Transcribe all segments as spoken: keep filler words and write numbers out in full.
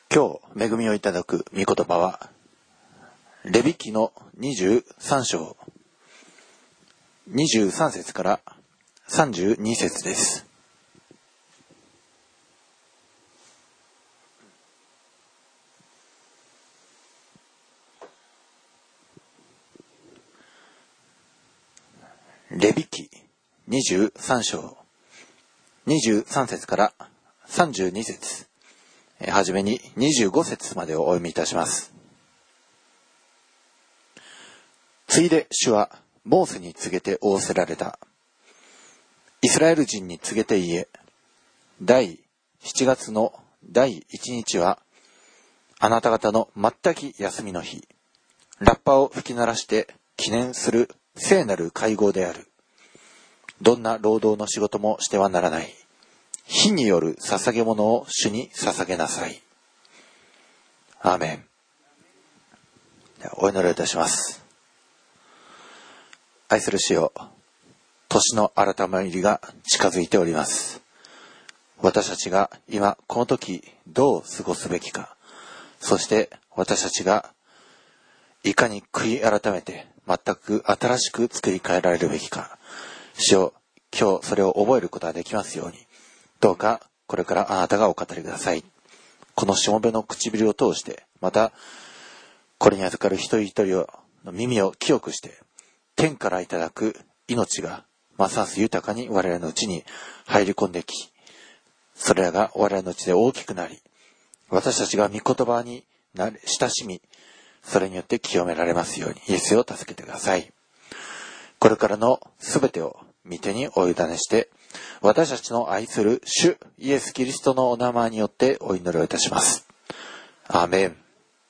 今日恵みをいただく御言葉はレビ記のにじゅうさん章にじゅうさん節からさんじゅうに節です。レビ記にじゅうさん章にじゅうさん節からさんじゅうに節、はじめににじゅうご節までをお読みいたします。ついで主はモーセに告げて仰せられた。イスラエル人に告げて言え、第しちがつの第いちにちはあなた方の全き休みの日、ラッパを吹き鳴らして記念する聖なる会合である。どんな労働の仕事もしてはならない。火による捧げ物を主に捧げなさい。アーメン。ではお祈りをいたします。愛する主よ、年の改まりが近づいております。私たちが今この時どう過ごすべきか、そして私たちがいかに悔い改めて全く新しく作り変えられるべきか、主よ、今日それを覚えることができますように、どうかこれからあなたがお語りください。このしもべの唇を通して、またこれに預かる一人一人をの耳を清くして、天からいただく命がますます豊かに我々のうちに入り込んでき、それらが我々のうちで大きくなり、私たちが御言葉になれ親しみ、それによって清められますように、イエスを助けてください。これからのすべてを御手にお委ねして、私たちの愛する主イエスキリストのお名前によってお祈りをいたします。アーメン。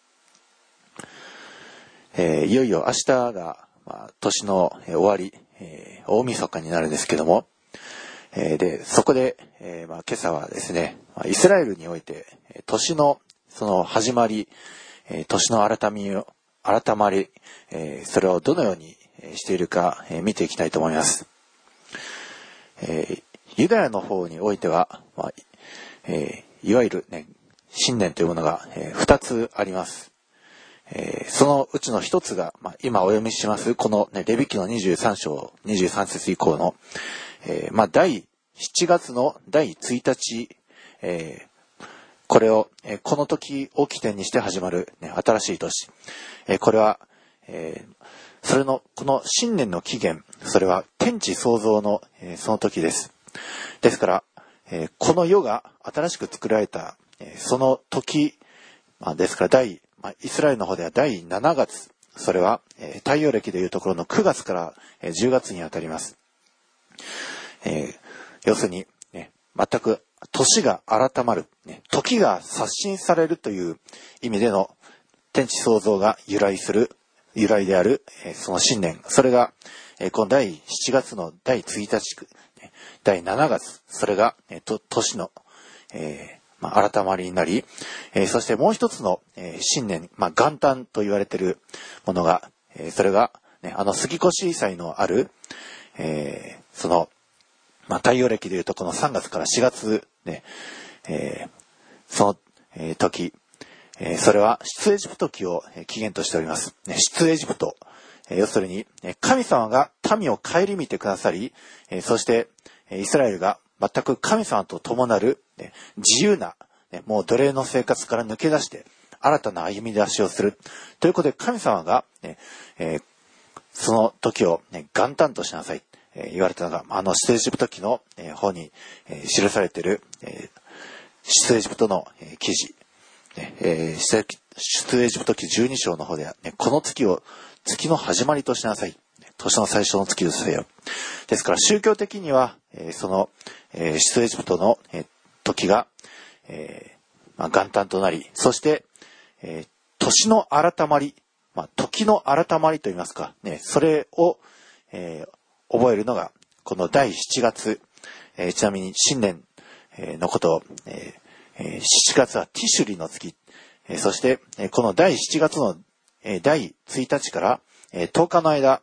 えー、いよいよ明日が、まあ、年の、えー、終わり、えー、大晦日になるんですけども、えー、でそこで、えーまあ、今朝はですね、イスラエルにおいて年のその始まり、えー、年の改みを改まり、えー、それをどのようにしているか、えー、見ていきたいと思います。えー、ユダヤの方においては、まあえー、いわゆる、ね、新年というものが、えー、ふたつあります。えー、そのうちの一つが、まあ、今お読みしますこの、ね、レビ記のにじゅうさん章にじゅうさん節以降の、えーまあ、第しちがつの第いちにち、えー、これを、えー、この時を起点にして始まる、ね、新しい年、えー、これは、えーそれのこの新年の起源、それは天地創造の、えー、その時です。ですから、えー、この世が新しく作られた、えー、その時、まあ、ですから第、まあ、イスラエルの方ではだいしちがつ、それは、えー、太陽暦でいうところのくがつから、えー、じゅうがつにあたります。えー、要するに、ね、全く年が改まる、ね、時が刷新されるという意味での天地創造が由来する由来である、えー、その新年、それが、えー、この第しちがつのだいいちにち、だいしちがつ、それが、えー、と年の、えーまあ、改まりになり、えー、そしてもう一つの、えー、新年、まあ、元旦と言われているものが、えー、それが、ね、あの杉越祭のある、えー、その、まあ、太陽暦でいうとこのさんがつからしがつ、ねえー、その、えー、時、えー、それは出エジプト記を起源としております。出エジプト。えー、要するに、神様が民を顧みてくださり、えー、そして、イスラエルが全く神様と共なる、ね、自由な、ね、もう奴隷の生活から抜け出して、新たな歩み出しをする。ということで、神様が、ねえー、その時を、ね、元旦としなさい、えー、言われたのが、あの出エジプト記の、えー、方に、えー、記されている、えー、出エジプトの、えー、記事。ねえー、出エジプト記じゅうに章の方では、ね、この月を月の始まりとしなさい。年の最初の月とせよ。ですから宗教的には、えー、その、えー、出エジプトの、えー、時が、えーまあ、元旦となり、そして、えー、年の改まり、まあ、時の改まりといいますか、ね、それを、えー、覚えるのがこのだいしちがつ、えー、ちなみに新年、えー、のことを、えーしちがつはティシュリの月、そしてこのだいしちがつのだいいちにちからとおかの間、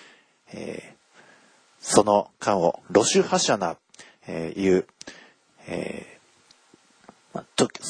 その間をロシュハシャナいう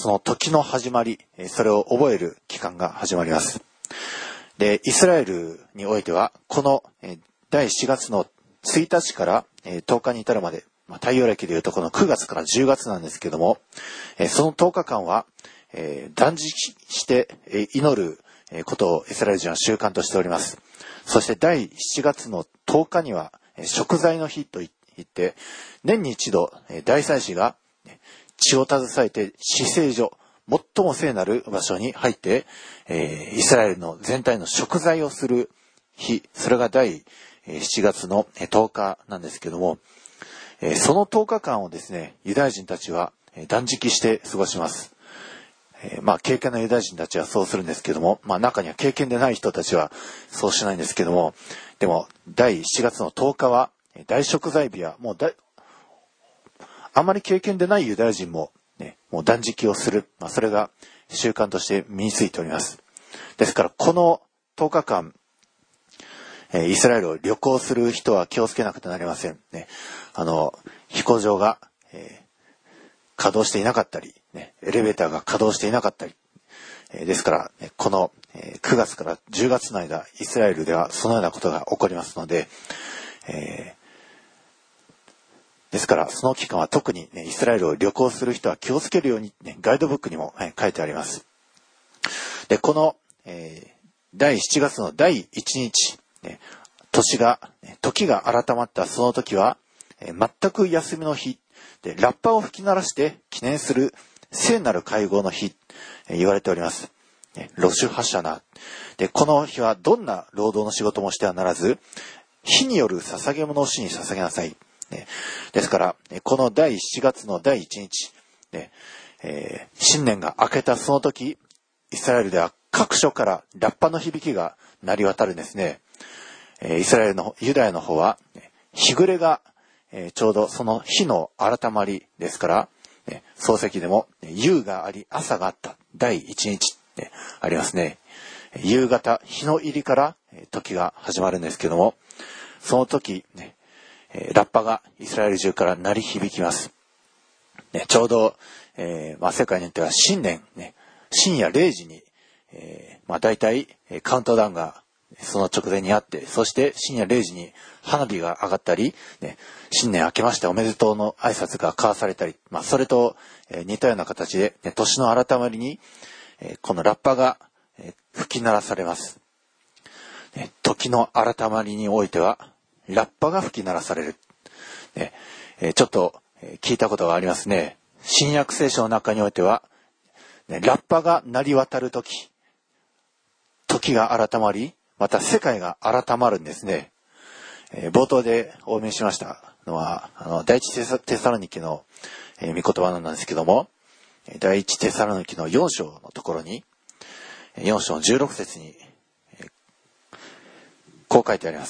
その時の始まり、それを覚える期間が始まります。で、イスラエルにおいては、このだいしがつのついたちからとおかに至るまで、まあ、太陽暦でいうとこのくがつからじゅうがつなんですけども、そのとおかかんは断食して祈ることをイスラエル人は習慣としております。そしてだいしがつのとおかには贖罪の日と言って年に一度大祭司が血を携えて至聖所、最も聖なる場所に入ってイスラエルの全体の贖罪をする日、それがだいしちがつのとおかなんですけども、そのとおかかんをですね、ユダヤ人たちは断食して過ごします。えー、まあ経験のユダヤ人たちはそうするんですけども、まあ中には経験でない人たちはそうしないんですけども、でもだいしがつのとおかは大贖罪日はもうだあまり経験でないユダヤ人も、ね、もう断食をする、まあ、それが習慣として身についております。ですからこのとおかかん、えー、イスラエルを旅行する人は気をつけなくてなりませんね。あの飛行場が、えー稼働していなかったり、ね、エレベーターが稼働していなかったり、えー、ですから、ね、この、えー、くがつからじゅうがつの間、イスラエルではそのようなことが起こりますので、えー、ですからその期間は特に、ね、イスラエルを旅行する人は気をつけるように、ね、ガイドブックにも、はい、書いてあります。で、この、えー、だいしちがつのだいいちにち、ね、年が、時が改まったその時は、えー、全く休みの日、で、ラッパを吹き鳴らして記念する聖なる会合の日、えー、言われております。ロシュハシャナ。で、この日はどんな労働の仕事もしてはならず、火による捧げ物を主に捧げなさい。ね、ですから、このだいしちがつのだいいちにち、ねえー、新年が明けたその時、イスラエルでは各所からラッパの響きが鳴り渡るんですね。えー、イスラエルの、ユダヤの方は、日暮れがえー、ちょうどその日の改まりですから、ね、漱石でも夕があり朝があっただいいちにち、ね、ありますね。夕方日の入りから時が始まるんですけども、その時、ね、ラッパがイスラエル中から鳴り響きます。ね、ちょうど、えーまあ、世界によっては新年、ね、深夜れいじに、えーまあ、大体カウントダウンがその直前にあって、そして深夜れいじに花火が上がったり、ね、新年明けましておめでとうの挨拶が交わされたり、まあ、それと、えー、似たような形で、ね、年の改まりに、えー、このラッパが、えー、吹き鳴らされます、ね。時の改まりにおいては、ラッパが吹き鳴らされる。ねえー、ちょっと、えー、聞いたことがありますね。新約聖書の中においては、ね、ラッパが鳴り渡る時、時が改まり、また世界が改まるんですね。えー、冒頭でお見せしましたのは、あの第一テサ、テサロニケの、えー、御言葉なんですけども、第一テサロニケのよん章のところに、よん章のじゅうろく節に、えー、こう書いてあります。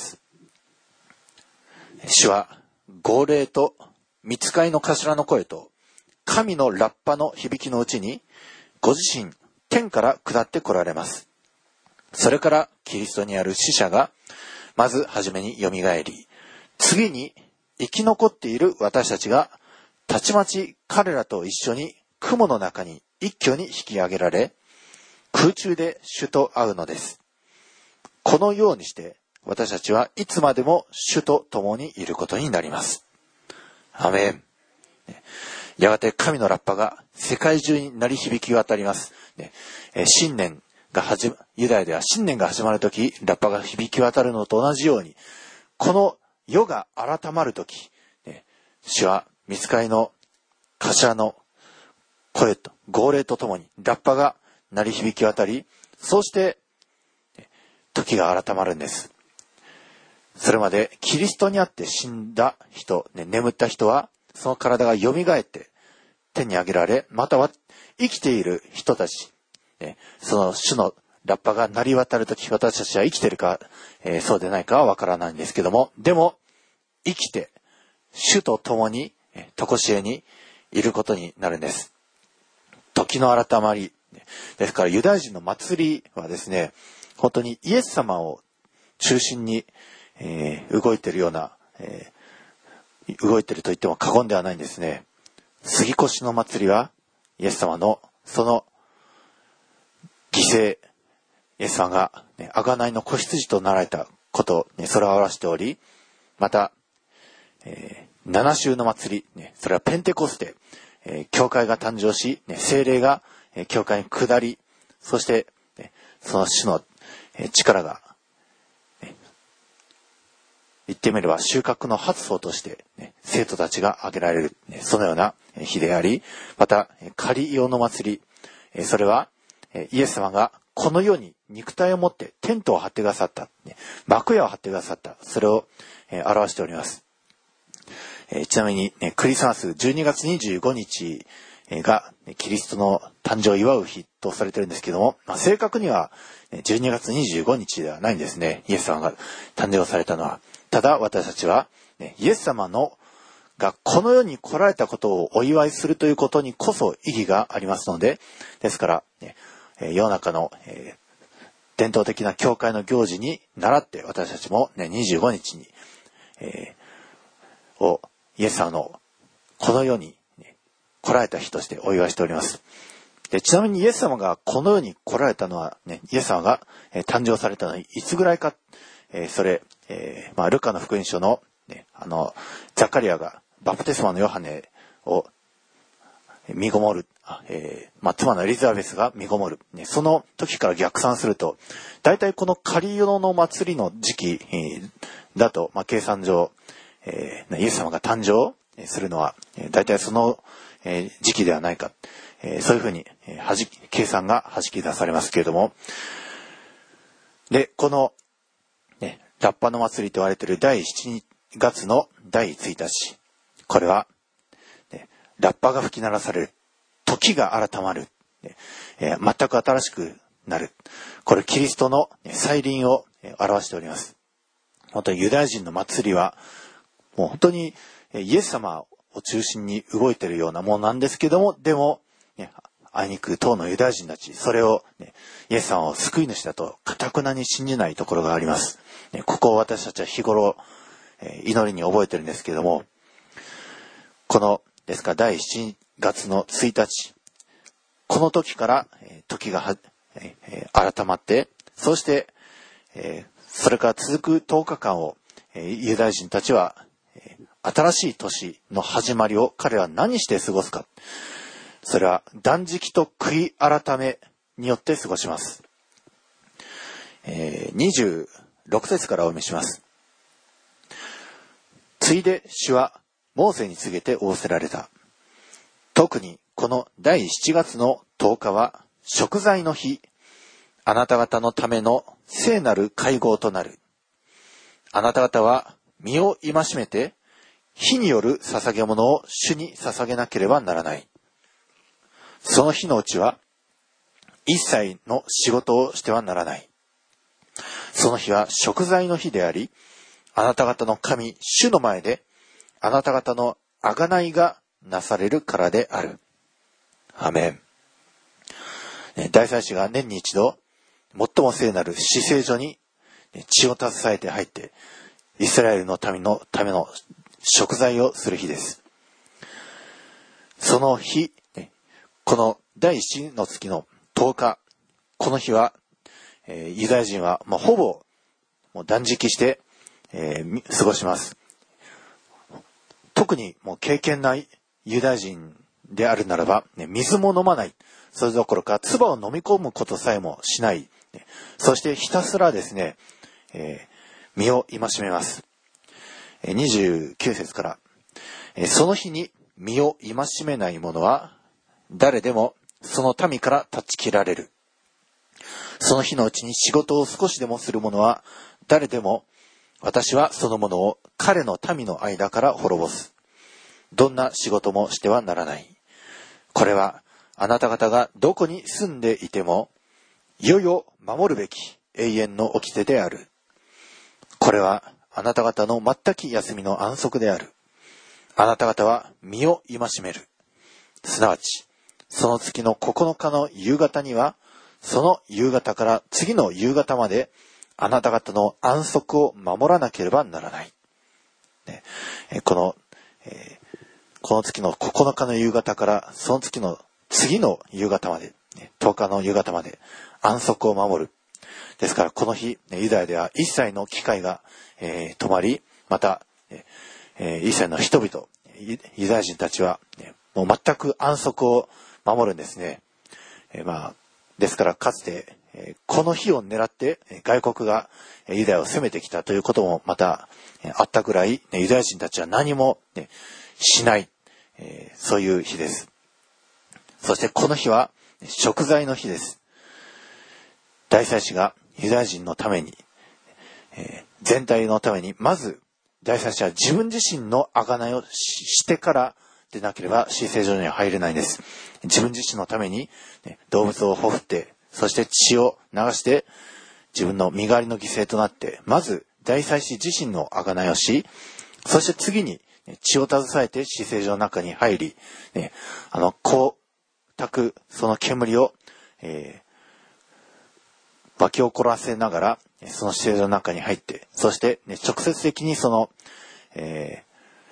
主は号令と御使いの頭の声と神のラッパの響きのうちに、ご自身天から下って来られます。それからキリストにある死者がまずはじめによみがえり、次に生き残っている私たちがたちまち彼らと一緒に雲の中に一挙に引き上げられ、空中で主と会うのです。このようにして私たちはいつまでも主と共にいることになります。アメン。やがて神のラッパが世界中に鳴り響き渡ります。新年が始ま、ユダヤでは新年が始まるとき、ラッパが響き渡るのと同じように、この世が改まるとき、ね、主は御使いの頭の声と号令とともにラッパが鳴り響き渡り、そうして時が改まるんです。それまでキリストにあって死んだ人、ね、眠った人はその体が蘇って天に上げられ、または生きている人たち、その主のラッパが鳴り渡るとき、私たちは生きているか、えー、そうでないかはわからないんですけども、でも生きて主と共に常しえにいることになるんです。時の改まりですから、ユダヤ人の祭りはですね、本当にイエス様を中心に、えー、動いているような、えー、動いていると言っても過言ではないんですね。杉越の祭りはイエス様のその犠牲、イエス様が、ね、贖いの子羊となられたこと、ね、それを表しており、また、えー、七週の祭り、ね、それはペンテコステ、えー、教会が誕生し、ね、聖霊が、えー、教会に下り、そして、ね、その主の、えー、力が、ね、言ってみれば収穫の発想として、ね、生徒たちが挙げられる、ね、そのような日であり、また、カリオの祭り、えー、それは、えー、イエス様がこの世に肉体を持ってテントを張ってくださった、ね、幕屋を張ってくださった、それを、えー、表しております。えー、ちなみに、ね、クリスマスじゅうにがつにじゅうごにちが、ね、キリストの誕生を祝う日とされているんですけども、まあ、正確にはじゅうにがつにじゅうごにちではないんですね。イエス様が誕生されたのは。ただ私たちは、ね、イエス様のがこの世に来られたことをお祝いするということにこそ意義がありますので、ですから、ね、世の中の、えー、伝統的な教会の行事に倣って私たちも、ね、にじゅうごにちに、えー、をイエス様のこの世に、ね、来られた日としてお祝いしております。で、ちなみにイエス様がこの世に来られたのは、ね、イエス様が、えー、誕生されたのはいつぐらいか、えー、それ、えーまあ、ルカの福音書の、ね、あのザカリアがバプテスマのヨハネを身ごもる、えーまあ、妻のエリザベスが身ごもる、ね、その時から逆算すると、大体このカリオの祭りの時期、えー、だと、まあ、計算上、えー、イエス様が誕生するのは、えー、大体その、えー、時期ではないか、えー、そういうふうに、えー、はじ計算がはじき出されますけれども、で、この、ね、ラッパの祭りと言われているだいしちがつのだいついたち、これは、ね、ラッパが吹き鳴らされる、時が改まる、ねえー、全く新しくなる、これキリストの再臨を表しております。本当にユダヤ人の祭りはもう本当にイエス様を中心に動いているようなものなんですけども、でも、ね、あいにく当のユダヤ人たち、それを、ね、イエス様を救い主だと堅くなに信じないところがあります。ね、ここを私たちは日頃、えー、祈りに覚えてるんですけども、このですからだいしちがつのついたち、この時から、えー、時がは、えー、改まって、そして、えー、それから続くとおかかんを、えー、ユダヤ人たちは、えー、新しい年の始まりを彼は何して過ごすか。それは断食と悔い改めによって過ごします。えー、にじゅうろくせつからお読みします。ついで主はモーセに告げて仰せられた。特にこのだいしちがつのとおかは贖罪の日、あなた方のための聖なる会合となる。あなた方は身を戒めて火による捧げ物を主に捧げなければならない。その日のうちは一切の仕事をしてはならない。その日は贖罪の日であり、あなた方の神主の前であなた方の贖いがなされるからである。アメン。大祭司が年に一度最も聖なる至聖所に血を携えて入ってイスラエルの民のための贖罪をする日です。その日、このだいしちの月のとおか、この日は、えー、ユダヤ人は、まあ、ほぼもう断食して、えー、過ごします。特にもう敬虔なユダヤ人であるならば、ね、水も飲まない。それどころか唾を飲み込むことさえもしない。ね、そしてひたすらですね、えー、身を戒めます。にじゅうきゅうせつから、えー、その日に身を戒めない者は誰でもその民から断ち切られる。その日のうちに仕事を少しでもする者は誰でも私はその者を彼の民の間から滅ぼす。どんな仕事もしてはならない。これはあなた方がどこに住んでいてもいよいよ守るべき永遠の掟である。これはあなた方の全き休みの安息である。あなた方は身を戒める。すなわちその月のここのかの夕方にはその夕方から次の夕方まであなた方の安息を守らなければならない。ね、この、えー、この月のここのかの夕方からその月の次の夕方まで、とおかの夕方まで安息を守る。ですからこの日、ユダヤでは一切の機会が、えー、止まり、また、えー、一切の人々、ユダヤ人たちは、ね、もう全く安息を守るんですね。えー、まあ、ですからかつて、えー、この日を狙って外国がユダヤを攻めてきたということもまたあったぐらい、ユダヤ人たちは何も、ね、しない、えー、そういう日です。そしてこの日は贖罪の日です。大祭司がユダヤ人のために、えー、全体のために、まず大祭司は自分自身の贖いをしてからでなければ至聖所には入れないんです。自分自身のために、ね、動物をほふって、そして血を流して自分の身代わりの犠牲となって、まず大祭司自身の贖いをし、そして次に血を携えて至聖所の中に入り、ね、あの光沢、その煙を、えー、湧き起こらせながらその至聖所の中に入って、そして、ね、直接的にその、え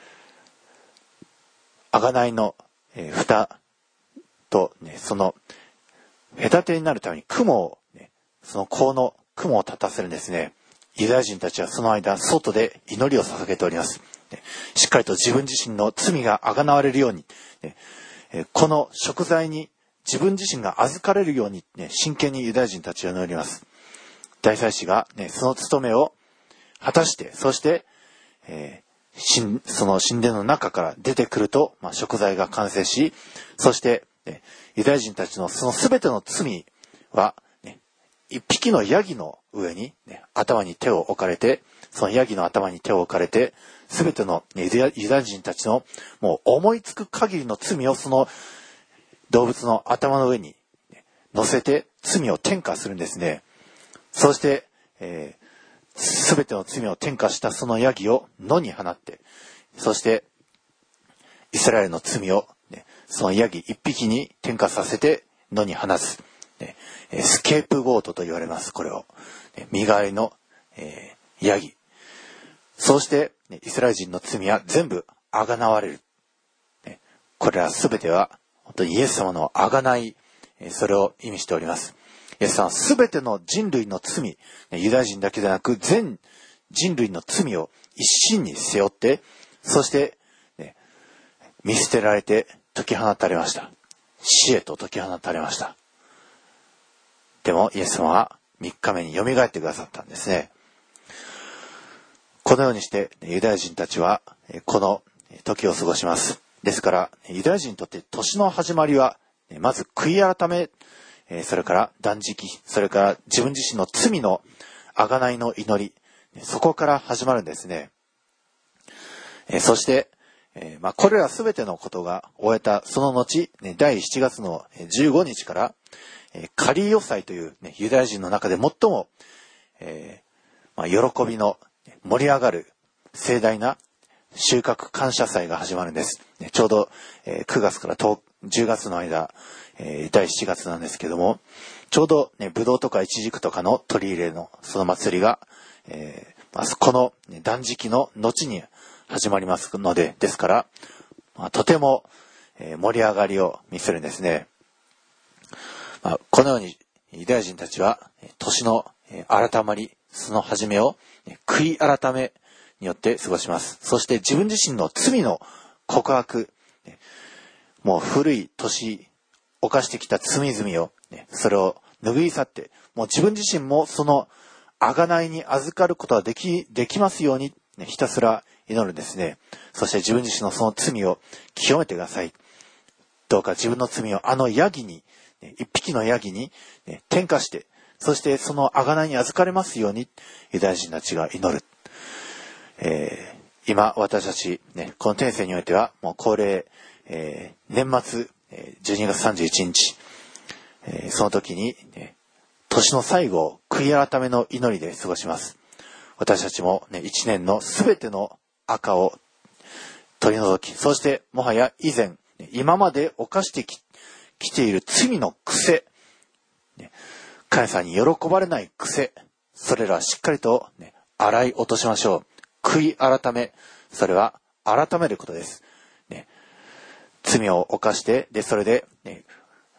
ー、贖いの、えー、蓋と、ね、その隔てになるために雲を、ね、その香の雲を立たせるんですね。ユダヤ人たちはその間外で祈りを捧げております。ね、しっかりと自分自身の罪があがなわれるように、ね、この贖罪に自分自身が預かれるように、ね、真剣にユダヤ人たちは祈ります。大祭司が、ね、その務めを果たして、そして、えー、その神殿の中から出てくると、まあ、贖罪が完成し、そして、ね、ユダヤ人たちのその全ての罪は、ね、一匹のヤギの上に、ね、頭に手を置かれて、そのヤギの頭に手を置かれて、全ての、ね、ユダヤ人たちのもう思いつく限りの罪をその動物の頭の上に、ね、乗せて罪を転嫁するんですね。そして、えー、全ての罪を転嫁したそのヤギを野に放って、そしてイスラエルの罪を、ね、そのヤギ一匹に転嫁させて野に放つ、ね、スケープゴートと言われます。これを、ね、身代わりの、えー、ヤギ。そうして、ね、イスラエル人の罪は全部あがなわれる、ね、これらすべては本当にイエス様のあがない、それを意味しております。イエス様はすべての人類の罪、ユダヤ人だけでなく全人類の罪を一身に背負って、そして、ね、見捨てられて解き放たれました。死へと解き放たれました。でもイエス様はみっかめによみがえってくださったんですね。このようにしてユダヤ人たちはこの時を過ごします。ですからユダヤ人にとって年の始まりはまず悔い改め、それから断食、それから自分自身の罪の贖いの祈り、そこから始まるんですね。そして、まあ、これらすべてのことが終えたその後、だいしちがつのじゅうごにちからカリーヨ祭というユダヤ人の中で最も、えーまあ、喜びの盛り上がる盛大な収穫感謝祭が始まるんです。ちょうどくがつからじゅうがつの間、だいしちがつなんですけども、ちょうどね、ブドウとかイチジクとかの取り入れのその祭りが、えー、この断食の後に始まりますので、ですから、まあ、とても盛り上がりを見せるんですね。まあ、このようにユダヤ人たちは年の改まり、その始めを悔い改めによって過ごします。そして自分自身の罪の告白、もう古い年犯してきた罪々を、それを拭い去って、もう自分自身もその贖いに預かることができ、できますように、ひたすら祈るんですね。そして自分自身のその罪を清めてください。どうか自分の罪をあのヤギに、一匹のヤギに転嫁して、そしてその贖いに預かれますように、ユダヤ人たちが祈る。えー、今私たち、ね、この天性においてはもう恒例、えー、年末じゅうにがつさんじゅういちにち、えー、その時に、ね、年の最後を悔い改めの祈りで過ごします。私たちも、ね、いちねんのすべての赤を取り除き、そしてもはや以前今まで犯してき、きている罪の癖、ね、神様に喜ばれない癖、それらはしっかりと、ね、洗い落としましょう。悔い改め、それは改めることです。ね、罪を犯して、でそれで、ね、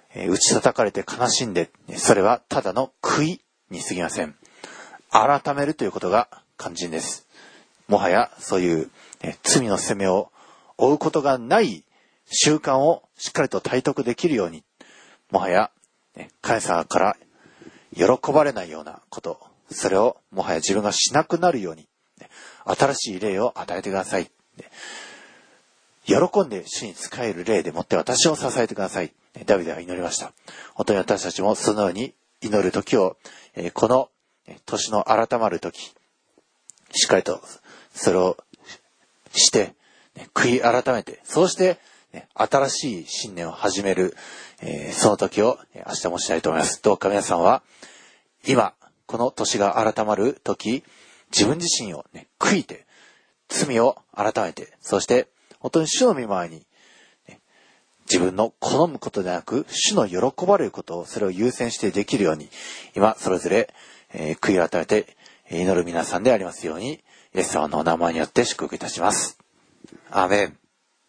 えー、打ち叩かれて悲しんで、それはただの悔いに過ぎません。改めるということが肝心です。もはやそういう、えー、罪の責めを負うことがない習慣をしっかりと体得できるように、もはや、ね、神様から喜ばれないようなこと、それをもはや自分がしなくなるように、ね、新しい霊を与えてください。ね、喜んで主に仕える霊でもって私を支えてください。ダビデは祈りました。本当に私たちもそのように祈る時を、この年の改まる時、しっかりとそれをして、悔い改めて、そうして新しい新年を始める、その時を明日もしたいと思います。どうか皆さんは今この年が改まる時、自分自身を、ね、悔いて罪を改めて、そして本当に主の御前に、ね、自分の好むことではなく主の喜ばれることを、それを優先してできるように、今それぞれ、えー、悔い改めて祈る皆さんでありますように、イエス様のお名前によって祝福いたします。アーメン。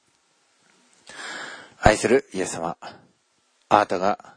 愛するイエス様、あなたが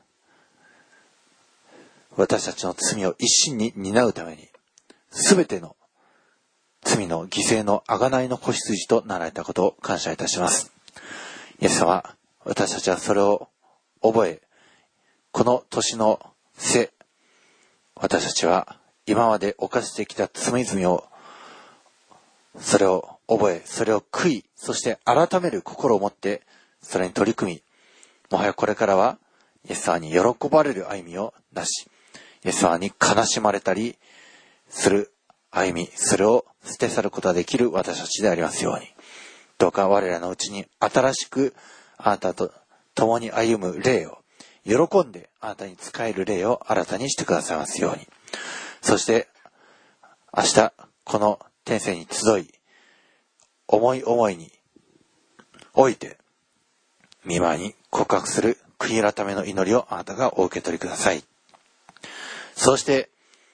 私たちの罪を一身に担うために、すべての罪の犠牲の贖いの子羊となられたことを感謝いたします。イエス様、私たちはそれを覚え、この年の瀬、私たちは今まで犯してきた罪々を、それを覚え、それを悔い、そして改める心を持ってそれに取り組み、もはやこれからはイエス様に喜ばれる歩みをなし、イエス様に悲しまれたりする歩み、それを捨て去ることができる私たちでありますように、どうか我らのうちに新しくあなたと共に歩む霊を、喜んであなたに仕える霊を新たにしてくださいますように。そして明日この天性に集い、思い思いにおいて御前に告白する悔い改めの祈りをあなたがお受け取りください。そして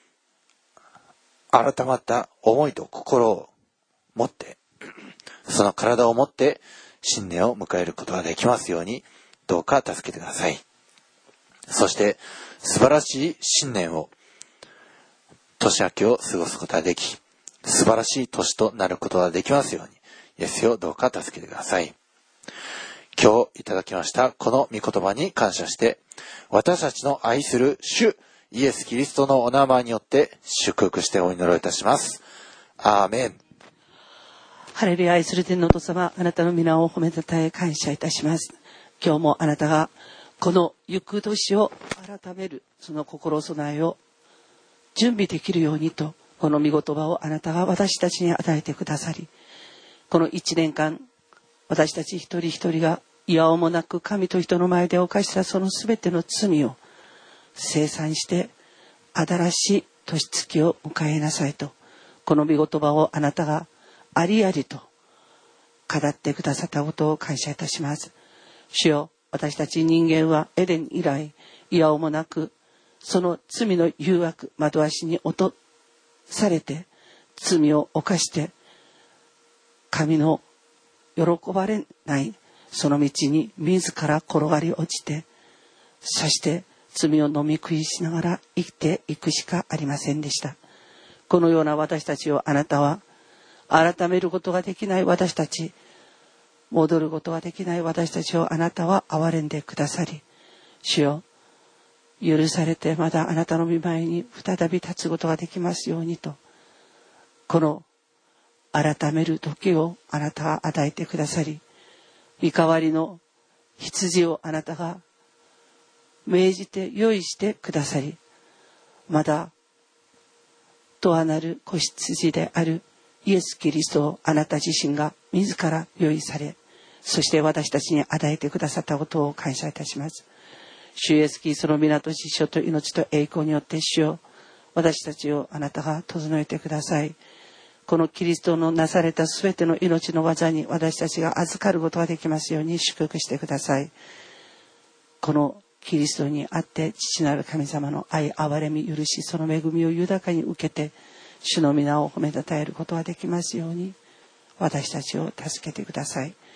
改まった思いと心を持って、その体を持って新年を迎えることができますように、どうか助けてください。そして素晴らしい新年を、年明けを過ごすことができ、素晴らしい年となることができますように、イエスよ、どうか助けてください。今日いただきましたこの御言葉に感謝して、私たちの愛する主イエスキリストのお名前によって祝福してお祈りをいたします。アーメン。 ハレルヤ。愛する天のお父様、あなたの皆を褒めたたえ感謝いたします。今日もあなたがこの行く年を改めるその心備えを準備できるようにと、この御言葉をあなたが私たちに与えてくださり、この一年間私たち一人一人がいやおもなく神と人の前で犯したそのすべての罪を清算して新しい年月を迎えなさいと、この御言葉をあなたがありありと語ってくださったことを感謝いたします。主よ、私たち人間はエデン以来いやおもなくその罪の誘惑惑わしに落とされて罪を犯して神の喜ばれないその道に自ら転がり落ちて、そして罪を飲み食いしながら生きていくしかありませんでした。このような私たちをあなたは改めることができない私たち、戻ることができない私たちをあなたは憐れんでくださり、主よ、許されてまだあなたの御前に再び立つことができますようにと、この改める時をあなたが与えてくださり、御代わりの羊をあなたが命じて用意してくださり、まだとはなる子羊であるイエス・キリストをあなた自身が自ら用意され、そして私たちに与えてくださったことを感謝いたします。主イエスキリストの皆と死所と命と栄光によって主よ、私たちをあなたが整えてください。このキリストのなされたすべての命の技に私たちが預かることができますように祝福してください。このキリストにあって父なる神様の愛、憐れみ、許し、その恵みを豊かに受けて主の皆を褒めたたえることができますように私たちを助けてください。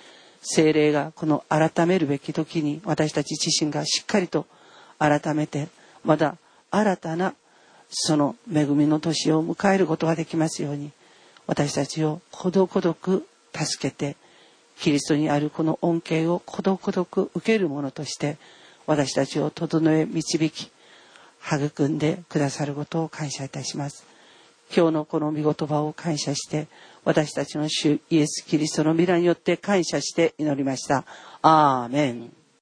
聖霊がこの改めるべき時に私たち自身がしっかりと改めて、まだ新たなその恵みの年を迎えることができますように、私たちを孤独孤独助けて、キリストにあるこの恩恵を孤独孤独受けるものとして私たちを整え導き育んでくださることを感謝いたします。今日のこの御言葉を感謝して、私たちの主イエス・キリストの御名によって感謝して祈りました。アーメン。